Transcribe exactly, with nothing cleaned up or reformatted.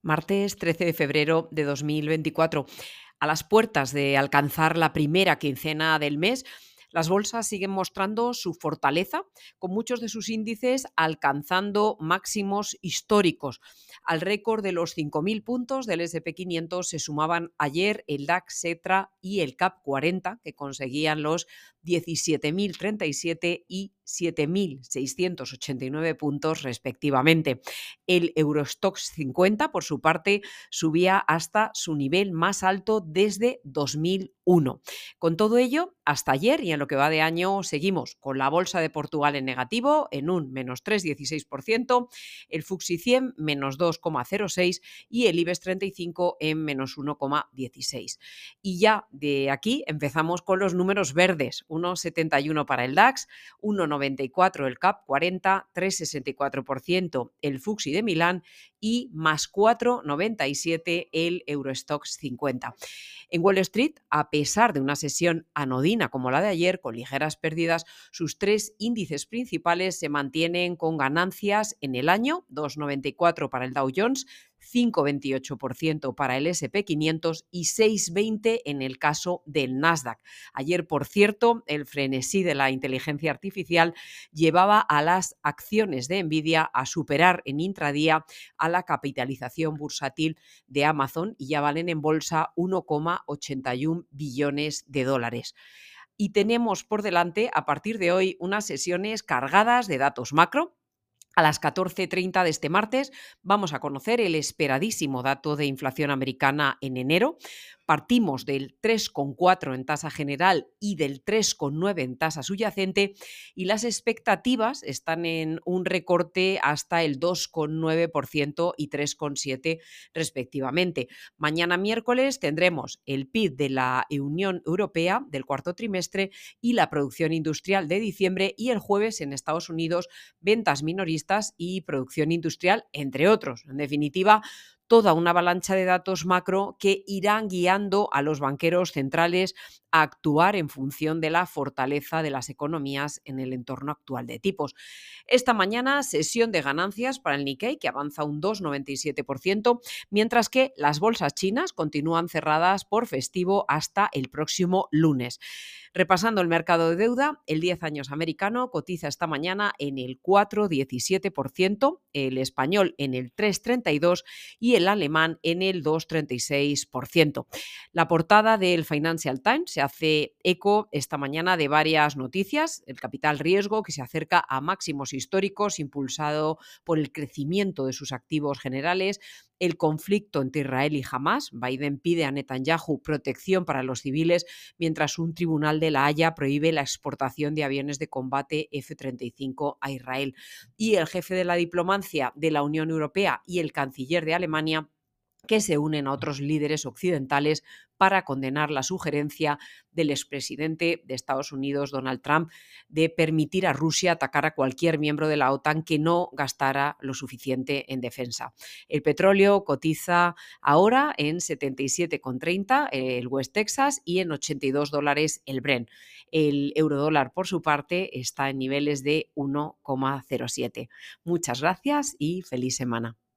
Martes trece de febrero de dos mil veinticuatro. A las puertas de alcanzar la primera quincena del mes, las bolsas siguen mostrando su fortaleza, con muchos de sus índices alcanzando máximos históricos. Al récord de los cinco mil puntos del ese and pe quinientos se sumaban ayer el DAX, Xetra y el CAC cuarenta, que conseguían los diecisiete mil treinta y siete y siete mil seiscientos ochenta y nueve puntos respectivamente. El Eurostoxx cincuenta, por su parte, subía hasta su nivel más alto desde dos mil uno. Con todo ello, hasta ayer y en lo que va de año, seguimos con la Bolsa de Portugal en negativo, en un menos tres coma dieciséis por ciento, el FTSE cien menos dos coma cero seis por ciento y el IBEX treinta y cinco en menos uno coma dieciséis por ciento. Y ya de aquí empezamos con los números verdes, uno coma setenta y uno para el DAX, uno coma noventa y cuatro el CAC cuarenta, tres coma sesenta y cuatro por ciento el FTSE de Milán y más cuatro coma noventa y siete el Eurostoxx cincuenta. En Wall Street, a pesar de una sesión anodina como la de ayer, con ligeras pérdidas, sus tres índices principales se mantienen con ganancias en el año, dos coma noventa y cuatro para el Dow Jones, cinco coma veintiocho por ciento para el ese and pe quinientos y seis coma veinte en el caso del Nasdaq. Ayer, por cierto, el frenesí de la inteligencia artificial llevaba a las acciones de Nvidia a superar en intradía a la capitalización bursátil de Amazon y ya valen en bolsa uno coma ochenta y uno billones de dólares. Y tenemos por delante, a partir de hoy, unas sesiones cargadas de datos macro. A las catorce treinta de este martes vamos a conocer el esperadísimo dato de inflación americana en enero. Partimos del tres coma cuatro en tasa general y del tres coma nueve en tasa subyacente y las expectativas están en un recorte hasta el dos coma nueve por ciento y tres coma siete por ciento respectivamente. Mañana miércoles tendremos el P I B de la Unión Europea del cuarto trimestre y la producción industrial de diciembre y el jueves en Estados Unidos ventas minoristas y producción industrial, entre otros. En definitiva, toda una avalancha de datos macro que irán guiando a los banqueros centrales a actuar en función de la fortaleza de las economías en el entorno actual de tipos. Esta mañana, sesión de ganancias para el Nikkei, que avanza un dos coma noventa y siete por ciento, mientras que las bolsas chinas continúan cerradas por festivo hasta el próximo lunes. Repasando el mercado de deuda, el diez años americano cotiza esta mañana en el cuatro coma diecisiete por ciento, el español en el tres coma treinta y dos por ciento y el alemán en el dos coma treinta y seis por ciento. La portada del Financial Times se hace eco esta mañana de varias noticias. El capital riesgo, que se acerca a máximos históricos impulsado por el crecimiento de sus activos generales, el conflicto entre Israel y Hamás. Biden pide a Netanyahu protección para los civiles, mientras un tribunal de La Haya prohíbe la exportación de aviones de combate efe treinta y cinco a Israel. Y el jefe de la diplomacia de la Unión Europea y el canciller de Alemania, que se unen a otros líderes occidentales para condenar la sugerencia del expresidente de Estados Unidos, Donald Trump, de permitir a Rusia atacar a cualquier miembro de la OTAN que no gastara lo suficiente en defensa. El petróleo cotiza ahora en setenta y siete coma treinta el West Texas y en ochenta y dos dólares el Brent. El eurodólar, por su parte, está en niveles de uno coma cero siete. Muchas gracias y feliz semana.